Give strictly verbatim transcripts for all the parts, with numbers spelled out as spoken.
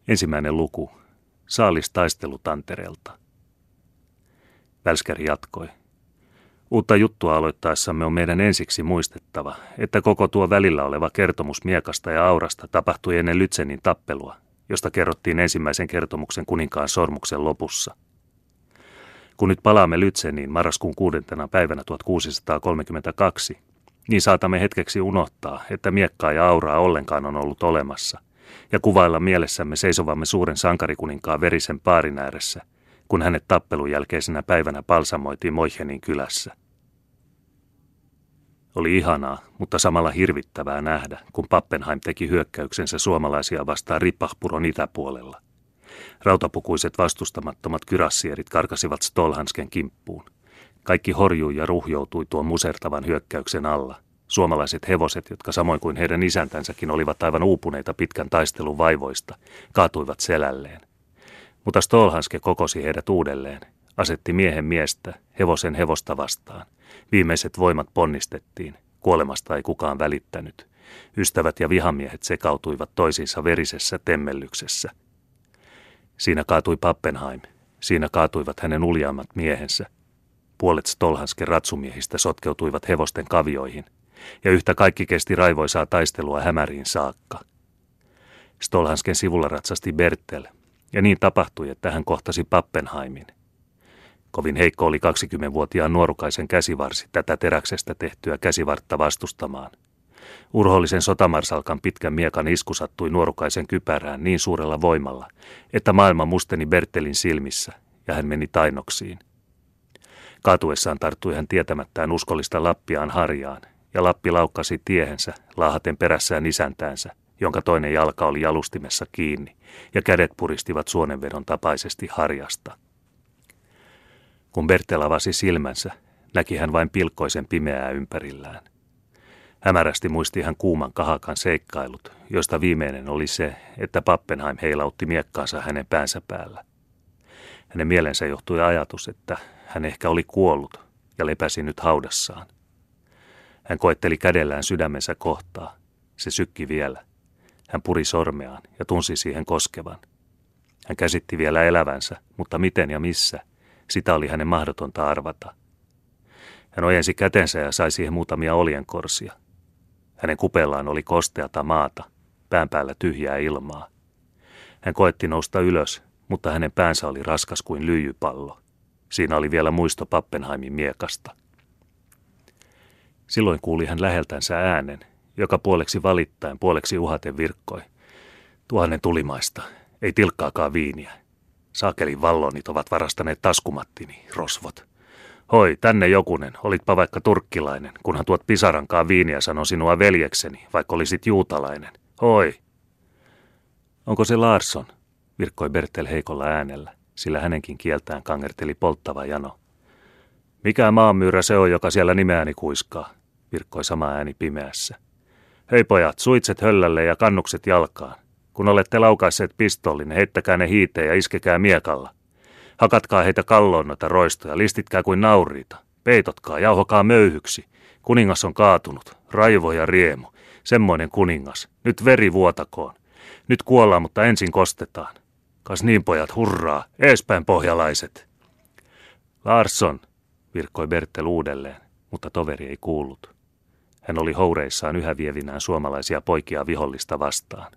Ensimmäinen luku. Saalistaistelu Tantereelta. Välskäri jatkoi. Uutta juttua aloittaessamme on meidän ensiksi muistettava, että koko tuo välillä oleva kertomus miekasta ja aurasta tapahtui ennen Lützenin tappelua, josta kerrottiin ensimmäisen kertomuksen kuninkaan sormuksen lopussa. Kun nyt palaamme Lützeniin marraskuun kuudentena päivänä tuhatkuusisataakolmekymmentäkaksi, niin saatamme hetkeksi unohtaa, että miekkaa ja auraa ollenkaan on ollut olemassa, ja kuvailla mielessämme seisovamme suuren sankarikuninkaan verisen paarin ääressä, kun hänet tappelun jälkeisenä päivänä palsamoitiin Moichenin kylässä. Oli ihanaa, mutta samalla hirvittävää nähdä, kun Pappenheim teki hyökkäyksensä suomalaisia vastaan Rippahpuron itäpuolella. Rautapukuiset vastustamattomat kyrassierit karkasivat Stolhansken kimppuun. Kaikki horjui ja ruhjoutui tuon musertavan hyökkäyksen alla. Suomalaiset hevoset, jotka samoin kuin heidän isäntänsäkin olivat aivan uupuneita pitkän taistelun vaivoista, kaatuivat selälleen. Mutta Stolhanske kokosi heidät uudelleen, asetti miehen miestä, hevosen hevosta vastaan. Viimeiset voimat ponnistettiin, kuolemasta ei kukaan välittänyt. Ystävät ja vihamiehet sekautuivat toisiinsa verisessä temmellyksessä. Siinä kaatui Pappenheim, siinä kaatuivat hänen uljaammat miehensä. Puolet Stolhansken ratsumiehistä sotkeutuivat hevosten kavioihin, ja yhtä kaikki kesti raivoisaa taistelua hämäriin saakka. Stolhansken sivulla ratsasti Bertel, ja niin tapahtui, että hän kohtasi Pappenheimin. Kovin heikko oli kaksikymmenvuotiaan nuorukaisen käsivarsi tätä teräksestä tehtyä käsivartta vastustamaan. Urhollisen sotamarsalkan pitkän miekan isku sattui nuorukaisen kypärään niin suurella voimalla, että maailma musteni Bertelin silmissä, ja hän meni tainnoksiin. Kaatuessaan tarttui hän tietämättään uskollista Lappiaan harjaan, ja Lappi laukkasi tiehensä, laahaten perässään isäntäänsä, jonka toinen jalka oli jalustimessa kiinni, ja kädet puristivat suonenvedon tapaisesti harjasta. Kun Bertel avasi silmänsä, näki hän vain pilkkoisen pimeää ympärillään. Hämärästi muisti hän kuuman kahakan seikkailut, joista viimeinen oli se, että Pappenheim heilautti miekkaansa hänen päänsä päällä. Hänen mielensä johtui ajatus, että hän ehkä oli kuollut ja lepäsi nyt haudassaan. Hän koetteli kädellään sydämensä kohtaa. Se sykki vielä. Hän puri sormeaan ja tunsi siihen koskevan. Hän käsitti vielä elävänsä, mutta miten ja missä, sitä oli hänen mahdotonta arvata. Hän ojensi kätensä ja sai siihen muutamia oljenkorsia. Hänen kupellaan oli kosteata maata, pään päällä tyhjää ilmaa. Hän koetti nousta ylös, mutta hänen päänsä oli raskas kuin lyijypallo. Siinä oli vielä muisto Pappenheimin miekasta. Silloin kuuli hän läheltänsä äänen, joka puoleksi valittain, puoleksi uhaten virkkoi. Tuhannen tulimaista, ei tilkkaakaan viiniä. Saakelin vallonit ovat varastaneet taskumattini, rosvot. Hoi, tänne jokunen, olitpa vaikka turkkilainen, kunhan tuot pisarankaan viiniä sanon sinua veljekseni, vaikka olisit juutalainen. Hoi! Onko se Larsson? Virkkoi Bertel heikolla äänellä, sillä hänenkin kieltään kangerteli polttava jano. Mikä maanmyyrä se on, joka siellä nimeäni kuiskaa? Virkkoi sama ääni pimeässä. Hei pojat, suitset höllälle ja kannukset jalkaan. Kun olette laukaisseet pistollin, heittäkää ne hiiteen ja iskekää miekalla. Hakatkaa heitä kalloon noita roistoja, listitkää kuin nauriita. Peitotkaa, jauhokaa möyhyksi. Kuningas on kaatunut, raivo ja riemu. Semmoinen kuningas. Nyt veri vuotakoon. Nyt kuollaan, mutta ensin kostetaan. Kas niin pojat, hurraa, eespäin pohjalaiset. Larsson, virkkoi Bertel uudelleen, mutta toveri ei kuullut. Hän oli houreissaan yhä vievinään suomalaisia poikia vihollista vastaan.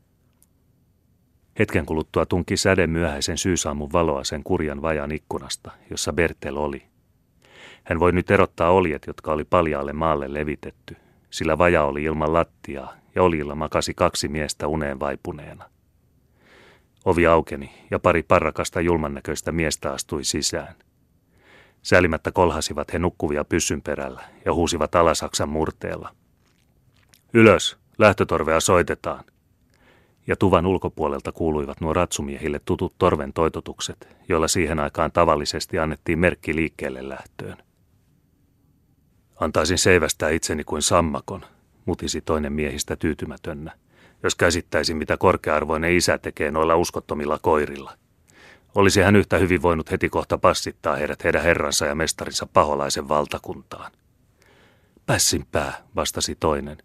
Hetken kuluttua tunki säde myöhäisen syysaamun valoa sen kurjan vajan ikkunasta, jossa Bertel oli. Hän voi nyt erottaa oljet, jotka oli paljaalle maalle levitetty, sillä vaja oli ilman lattiaa ja oljilla makasi kaksi miestä uneen vaipuneena. Ovi aukeni ja pari parrakasta julmannäköistä miestä astui sisään. Säälimättä kolhasivat he nukkuvia pyssyn perällä ja huusivat Alasaksan murteella. Ylös, lähtötorvea soitetaan. Ja tuvan ulkopuolelta kuuluivat nuo ratsumiehille tutut torven toitotukset, joilla siihen aikaan tavallisesti annettiin merkki liikkeelle lähtöön. Antaisin seivästää itseni kuin sammakon, mutisi toinen miehistä tyytymätönnä, jos käsittäisin mitä korkea-arvoinen isä tekee noilla uskottomilla koirilla. Olisi hän yhtä hyvin voinut heti kohta passittaa heidät heidän herransa ja mestarinsa paholaisen valtakuntaan. Pässin pää, vastasi toinen.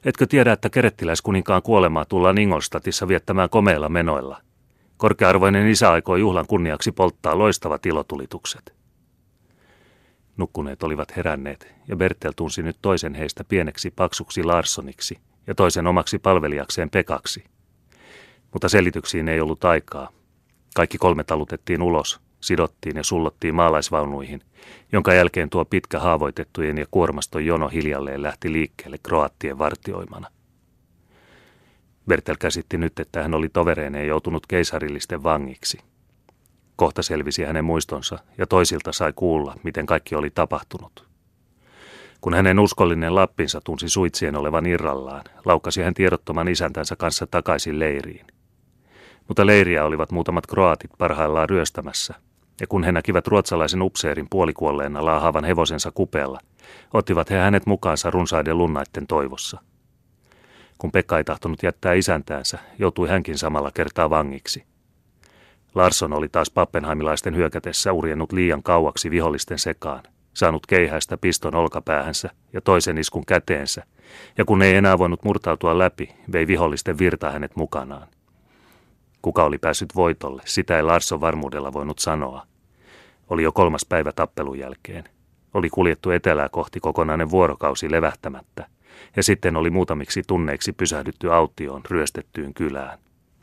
Etkö tiedä, että kerettiläiskuninkaan kuolemaa tullaan Ingolstadtissa viettämään komeilla menoilla? Korkea-arvoinen isä aikoo juhlan kunniaksi polttaa loistavat ilotulitukset. Nukkuneet olivat heränneet, ja Bertel tunsi nyt toisen heistä pieneksi paksuksi Larssoniksi ja toisen omaksi palvelijakseen Pekaksi. Mutta selityksiin ei ollut aikaa. Kaikki kolme talutettiin ulos, sidottiin ja sullottiin maalaisvaunuihin, jonka jälkeen tuo pitkä haavoitettujen ja kuormaston jono hiljalleen lähti liikkeelle kroattien vartioimana. Bertel käsitti nyt, että hän oli tovereineen joutunut keisarillisten vangiksi. Kohta selvisi hänen muistonsa ja toisilta sai kuulla, miten kaikki oli tapahtunut. Kun hänen uskollinen Lappinsa tunsi suitsien olevan irrallaan, laukkasi hän tiedottoman isäntänsä kanssa takaisin leiriin. Mutta leiriä olivat muutamat kroatit parhaillaan ryöstämässä, ja kun he näkivät ruotsalaisen upseerin puolikuolleena laahaavan hevosensa kupeella, ottivat he hänet mukaansa runsaiden lunnaitten toivossa. Kun Pekka ei tahtonut jättää isäntäänsä, joutui hänkin samalla kertaa vangiksi. Larsson oli taas pappenheimilaisten hyökätessä urjennut liian kauaksi vihollisten sekaan, saanut keihäistä piston olkapäähänsä ja toisen iskun käteensä, ja kun ei enää voinut murtautua läpi, vei vihollisten virta hänet mukanaan. Kuka oli päässyt voitolle, sitä ei Larsson varmuudella voinut sanoa. Oli jo kolmas päivä tappelun jälkeen. Oli kuljettu etelää kohti kokonainen vuorokausi levähtämättä, ja sitten oli muutamiksi tunneiksi pysähdytty autioon ryöstettyyn kylään.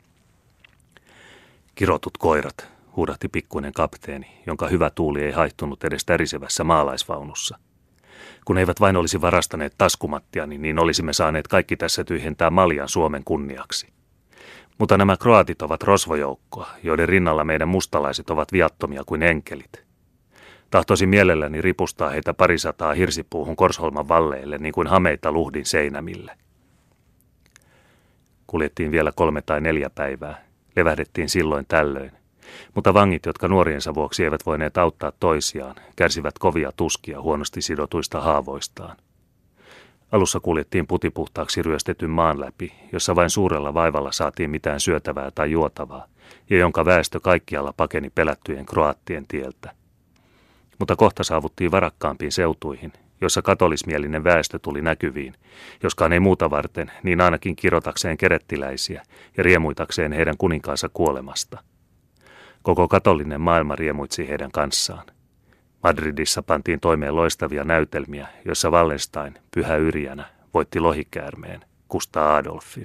Kirotut koirat, huudahti pikkuinen kapteeni, jonka hyvä tuuli ei haihtunut edes tärisevässä maalaisvaunussa. Kun eivät vain olisi varastaneet taskumattiani, niin olisimme saaneet kaikki tässä tyhjentää maljan Suomen kunniaksi. Mutta nämä kroatit ovat rosvojoukkoa, joiden rinnalla meidän mustalaiset ovat viattomia kuin enkelit. Tahtoisin mielelläni ripustaa heitä parisataa hirsipuuhun Korsholman valleille niin kuin hameita luhdin seinämille. Kuljettiin vielä kolme tai neljä päivää. Levähdettiin silloin tällöin. Mutta vangit, jotka nuoriensa vuoksi eivät voineet auttaa toisiaan, kärsivät kovia tuskia huonosti sidotuista haavoistaan. Alussa kuljettiin putipuhtaaksi ryöstetyn maan läpi, jossa vain suurella vaivalla saatiin mitään syötävää tai juotavaa, ja jonka väestö kaikkialla pakeni pelättyjen kroattien tieltä. Mutta kohta saavuttiin varakkaampiin seutuihin, jossa katolismielinen väestö tuli näkyviin, joskaan ei muuta varten, niin ainakin kirotakseen kerettiläisiä ja riemuitakseen heidän kuninkaansa kuolemasta. Koko katolinen maailma riemuitsi heidän kanssaan. Madridissa pantiin toimeen loistavia näytelmiä, joissa Wallenstein, pyhä Yrjänä, voitti lohikäärmeen, Kustaa Adolfin.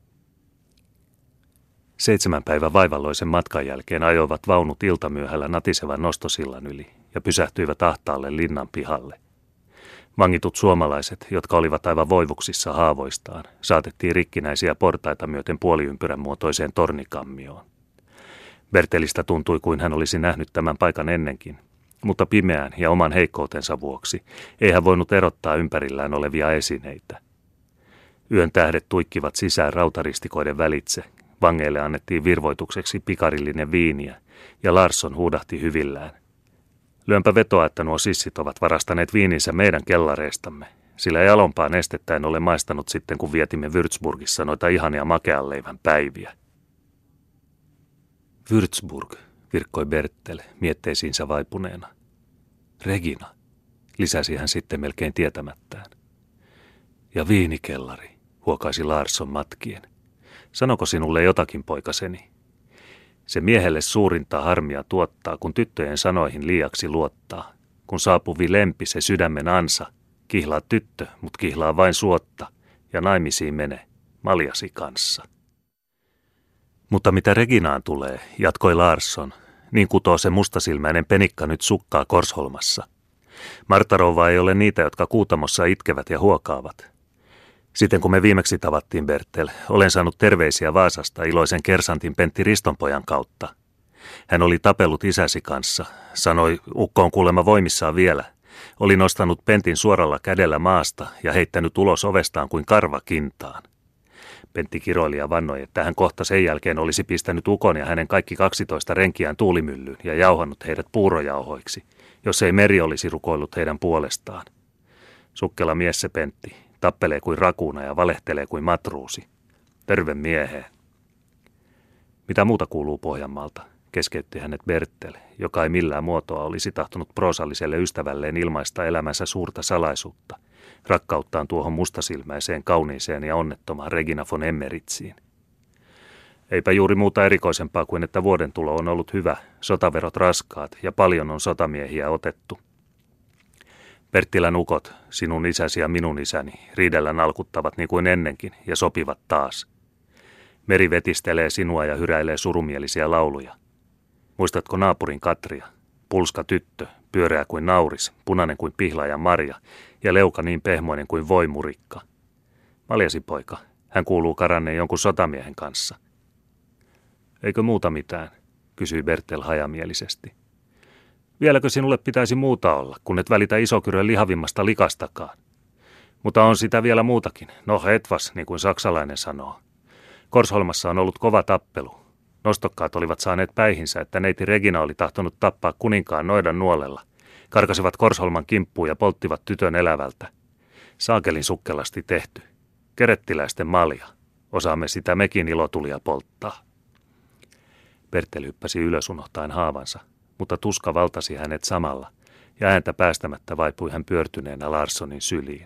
Seitsemän päivän vaivalloisen matkan jälkeen ajoivat vaunut iltamyöhällä natisevan nostosillan yli ja pysähtyivät ahtaalle linnan pihalle. Vangitut suomalaiset, jotka olivat aivan voivuksissa haavoistaan, saatettiin rikkinäisiä portaita myöten puoliympyrän muotoiseen tornikammioon. Bertelistä tuntui kuin hän olisi nähnyt tämän paikan ennenkin, mutta pimeän ja oman heikkoutensa vuoksi ei hän voinut erottaa ympärillään olevia esineitä. Yön tähdet tuikkivat sisään rautaristikoiden välitse, vangeille annettiin virvoitukseksi pikarillinen viiniä ja Larsson huudahti hyvillään. Lyönpä vetoa, että nuo sissit ovat varastaneet viininsä meidän kellareistamme, sillä ei alompaa nestettä en ole maistanut sitten, kun vietimme Würzburgissa noita ihania makeanleivän päiviä. Würzburg, virkkoi Bertel mietteisiinsä vaipuneena. Regina, lisäsi hän sitten melkein tietämättään. Ja viinikellari, huokaisi Larsson matkien. Sanoko sinulle jotakin, poikaseni? Se miehelle suurinta harmia tuottaa, kun tyttöjen sanoihin liiaksi luottaa. Kun saapuvi lempi se sydämen ansa, kihlaa tyttö, mut kihlaa vain suotta, ja naimisiin mene, maljasi kanssa. Mutta mitä Reginaan tulee, jatkoi Larsson, niin kutoo se mustasilmäinen penikka nyt sukkaa Korsholmassa. Martta rouva ei ole niitä, jotka Kuutamossa itkevät ja huokaavat. Sitten kun me viimeksi tavattiin, Bertel, olen saanut terveisiä Vaasasta iloisen kersantin Pentti Ristonpojan kautta. Hän oli tapellut isäsi kanssa, sanoi, ukko on kuulemma voimissaan vielä. Oli nostanut Pentin suoralla kädellä maasta ja heittänyt ulos ovestaan kuin karva kintaan. Pentti kiroili ja vannoi, että hän kohta sen jälkeen olisi pistänyt ukon ja hänen kaikki kaksitoista renkiään tuulimyllyyn ja jauhannut heidät puurojauhoiksi, jos ei meri olisi rukoillut heidän puolestaan. Sukkela mies se Pentti, tappelee kuin rakuuna ja valehtelee kuin matruusi. Terve mieheen. Mitä muuta kuuluu Pohjanmaalta, keskeytti hänet Bertel, joka ei millään muotoa olisi tahtonut proosalliselle ystävälleen ilmaista elämänsä suurta salaisuutta, rakkauttaan tuohon mustasilmäiseen, kauniiseen ja onnettomaan Regina von Emmeritsiin. Eipä juuri muuta erikoisempaa kuin, että vuoden tulo on ollut hyvä, sotaverot raskaat ja paljon on sotamiehiä otettu. Perttilän ukot, sinun isäsi ja minun isäni, riidellä nalkuttavat niin kuin ennenkin ja sopivat taas. Meri vetistelee sinua ja hyräilee surumielisiä lauluja. Muistatko naapurin Katria? Pulska tyttö, pyöreä kuin nauris, punainen kuin pihlaajan marja ja leuka niin pehmoinen kuin voimurikka. Maljasi poika, hän kuuluu karanneen jonkun sotamiehen kanssa. Eikö muuta mitään, kysyi Bertel hajamielisesti. Vieläkö sinulle pitäisi muuta olla, kun et välitä Isokyrön lihavimmasta likastakaan? Mutta on sitä vielä muutakin, no etvas, niin kuin saksalainen sanoo. Korsholmassa on ollut kova tappelu. Nostokkaat olivat saaneet päihinsä, että neiti Regina oli tahtonut tappaa kuninkaan noidan nuolella. Karkasivat Korsholman kimppuun ja polttivat tytön elävältä. Saakelin sukkelasti tehty. Kerettiläisten malja. Osaamme sitä mekin ilotulia polttaa. Bertel hyppäsi ylös unohtaen haavansa, mutta tuska valtasi hänet samalla, ja ääntä päästämättä vaipui hän pyörtyneenä Larssonin syliin.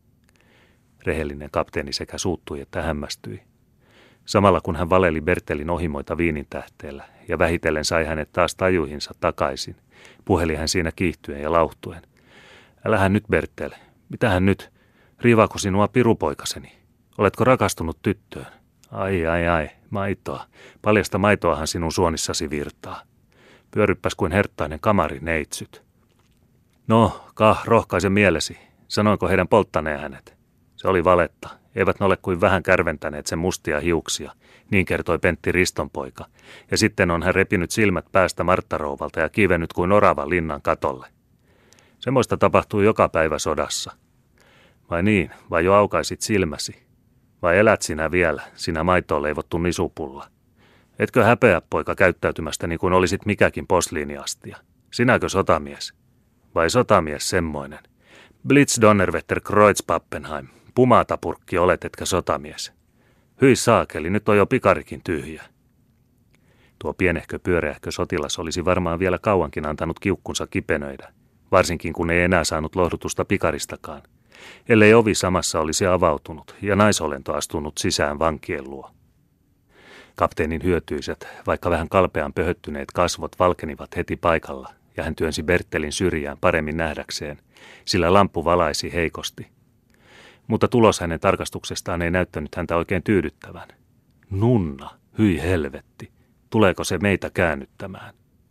Rehellinen kapteeni sekä suuttui että hämmästyi. Samalla kun hän valeli Bertelin ohimoita viinin tähteellä ja vähitellen sai hänet taas tajuihinsa takaisin, puheli hän siinä kiihtyen ja lauhtuen. Älähän nyt, Bertel, mitähän nyt? Riivaako sinua pirupoikaseni? Oletko rakastunut tyttöön? Ai, ai, ai, maitoa. Paljasta maitoahan sinun suonissasi virtaa. Pyöryppäs kuin herttainen kamari neitsyt. No, kah, rohkaise mielesi. Sanoinko heidän polttaneen hänet? Se oli valetta. Eivät ne ole kuin vähän kärventäneet sen mustia hiuksia, niin kertoi Pentti Ristonpoika. Ja sitten on hän repinyt silmät päästä Marttarouvalta ja kivennyt kuin orava linnan katolle. Semmoista tapahtuu joka päivä sodassa. Vai niin, vai jo aukaisit silmäsi? Vai elät sinä vielä, sinä maitoon leivottu nisupulla? Etkö häpeä, poika, käyttäytymästä niin kuin olisit mikäkin posliiniastia? Sinäkö sotamies? Vai sotamies semmoinen? Blitz Donnerwetter Kreuz Pappenheim. Pumaatapurkki olet, etkä sotamies. Hyi saakeli, nyt on jo pikarikin tyhjä. Tuo pienehkö pyöreähkö sotilas olisi varmaan vielä kauankin antanut kiukkunsa kipenöidä, varsinkin kun ei enää saanut lohdutusta pikaristakaan, ellei ovi samassa olisi avautunut ja naisolento astunut sisään vankien luo. Kapteenin hyötyiset, vaikka vähän kalpean pöhöttyneet kasvot valkenivat heti paikalla, ja hän työnsi Bertelin syrjään paremmin nähdäkseen, sillä lamppu valaisi heikosti. Mutta tulos hänen tarkastuksestaan ei näyttänyt häntä oikein tyydyttävän. Nunna, hyi helvetti, tuleeko se meitä käännyttämään?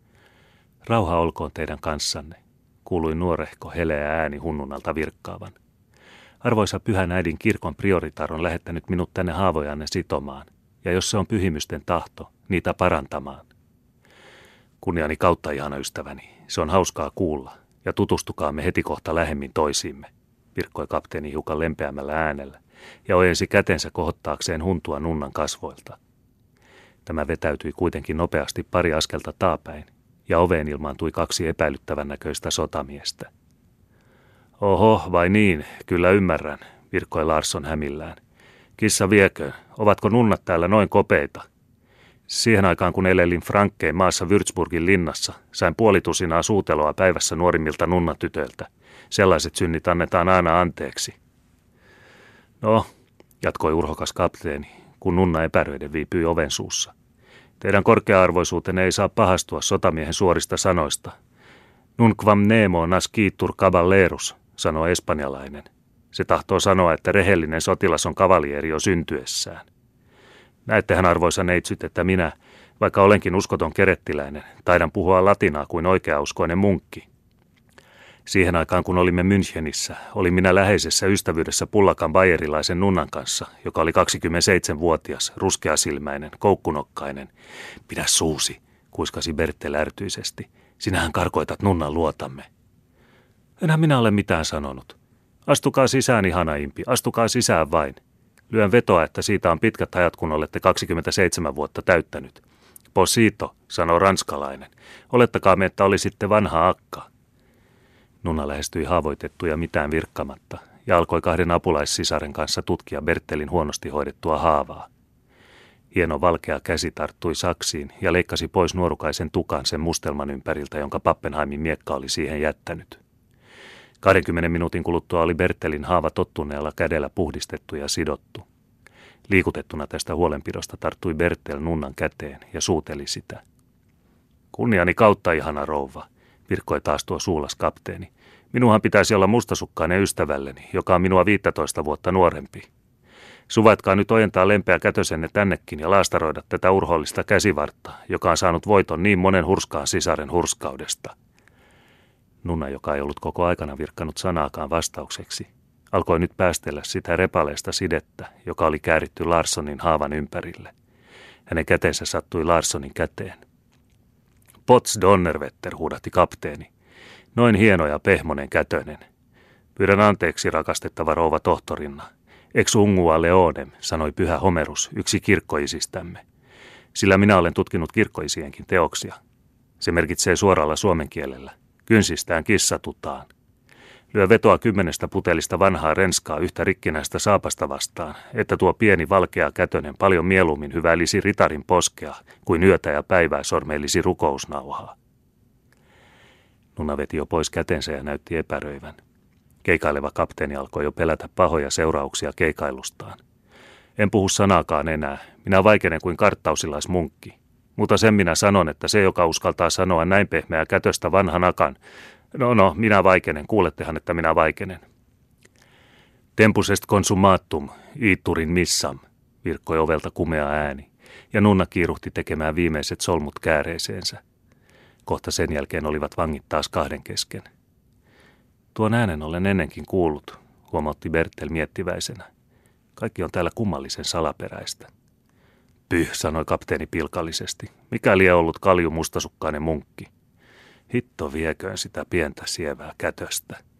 Rauha olkoon teidän kanssanne, kuului nuorehko heleä ääni hunnunalta virkkaavan. Arvoisa pyhän äidin kirkon prioritar on lähettänyt minut tänne haavojanne sitomaan, ja jos se on pyhimysten tahto, niitä parantamaan. Kunniani kautta, ihana ystäväni, se on hauskaa kuulla, ja tutustukaamme heti kohta lähemmin toisiimme, virkkoi kapteeni hiukan lempeämmällä äänellä, ja ojensi kätensä kohottaakseen huntua nunnan kasvoilta. Tämä vetäytyi kuitenkin nopeasti pari askelta taapäin, ja oveen ilmaantui kaksi epäilyttävän näköistä sotamiestä. Oho, vai niin, kyllä ymmärrän, virkkoi Larsson hämillään. Kissa vieköön, ovatko nunnat täällä noin kopeita? Siihen aikaan, kun elelin Frankkein maassa Würzburgin linnassa, sain puolitusinaa suuteloa päivässä nuorimmilta nunnatytöiltä. Sellaiset synnit annetaan aina anteeksi. No, jatkoi urhokas kapteeni, kun nunna epäröiden viipyi oven suussa. Teidän korkea-arvoisuutenne ei saa pahastua sotamiehen suorista sanoista. Nunquam nemo nascitur caballerus, sanoi espanjalainen. Se tahtoo sanoa, että rehellinen sotilas on kavalieri jo syntyessään. Näettehän, arvoisa neitsyt, että minä, vaikka olenkin uskoton kerettiläinen, taidan puhua latinaa kuin oikeauskoinen munkki. Siihen aikaan, kun olimme Münchenissä, olin minä läheisessä ystävyydessä pullakan bayerilaisen nunnan kanssa, joka oli kaksikymmentäseitsemänvuotias, ruskeasilmäinen, koukkunokkainen. Pidä suusi, kuiskasi Bertel ärtyisesti. Sinähän karkoitat nunnan luotamme. Enhän minä ole mitään sanonut. Astukaa sisään, ihana impi, astukaa sisään vain. Lyön vetoa, että siitä on pitkät ajat, kun olette kaksikymmentäseitsemän vuotta täyttänyt. Posito, sanoi ranskalainen. Olettakaamme, että olisitte vanha akka. Nunna lähestyi haavoitettuja mitään virkkamatta ja alkoi kahden apulaissisaren kanssa tutkia Bertelin huonosti hoidettua haavaa. Hieno valkea käsi tarttui saksiin ja leikkasi pois nuorukaisen tukan sen mustelman ympäriltä, jonka Pappenheimin miekka oli siihen jättänyt. Kahdenkymmenen minuutin kuluttua oli Bertelin haava tottuneella kädellä puhdistettu ja sidottu. Liikutettuna tästä huolenpidosta tarttui Bertel nunnan käteen ja suuteli sitä. Kunniani kautta, ihana rouva, virkkoi taas tuo suulas kapteeni. Minuhan pitäisi olla mustasukkainen ystävälleni, joka on minua viittätoista vuotta nuorempi. Suvatkaa nyt ojentaa lempeä kätösenne tännekin ja laastaroida tätä urhoollista käsivartta, joka on saanut voiton niin monen hurskaan sisaren hurskaudesta. Nunna, joka ei ollut koko aikana virkkanut sanaakaan vastaukseksi, alkoi nyt päästellä sitä repaleista sidettä, joka oli kääritty Larssonin haavan ympärille. Hänen käteensä sattui Larssonin käteen. Pots Donnerwetter, huudahti kapteeni. Noin hieno ja pehmonen kätönen. Pyydän anteeksi, rakastettava rouva tohtorinna. Ex ungua leonem, sanoi pyhä Homerus, yksi kirkkoisistämme. Sillä minä olen tutkinut kirkkoisienkin teoksia. Se merkitsee suoralla suomen kielellä. Kynsistään kissatutaan. Lyö vetoa kymmenestä putelista vanhaa renskaa yhtä rikkinäistä saapasta vastaan, että tuo pieni valkea kätönen paljon mieluummin hyväilisi ritarin poskea, kuin yötä ja päivää sormeilisi rukousnauhaa. Nunna veti jo pois kätensä ja näytti epäröivän. Keikaileva kapteeni alkoi jo pelätä pahoja seurauksia keikailustaan. En puhu sanaakaan enää, minä vaikenen kuin karttausilaismunkki. Mutta sen minä sanon, että se, joka uskaltaa sanoa näin pehmeää kätöstä vanhan akan, no no, minä vaikenen, kuulettehan, että minä vaikenen. Tempus est consummatum, iitturin missam, virkkoi ovelta kumea ääni, ja nunna kiiruhti tekemään viimeiset solmut kääreeseensä. Kohta sen jälkeen olivat vangit taas kahden kesken. Tuon äänen olen ennenkin kuullut, huomautti Bertel miettiväisenä. Kaikki on täällä kummallisen salaperäistä. Pyh, sanoi kapteeni pilkallisesti. Mikä lie ollut kalju mustasukkainen munkki? Hitto vieköön sitä pientä sievää kätöstä.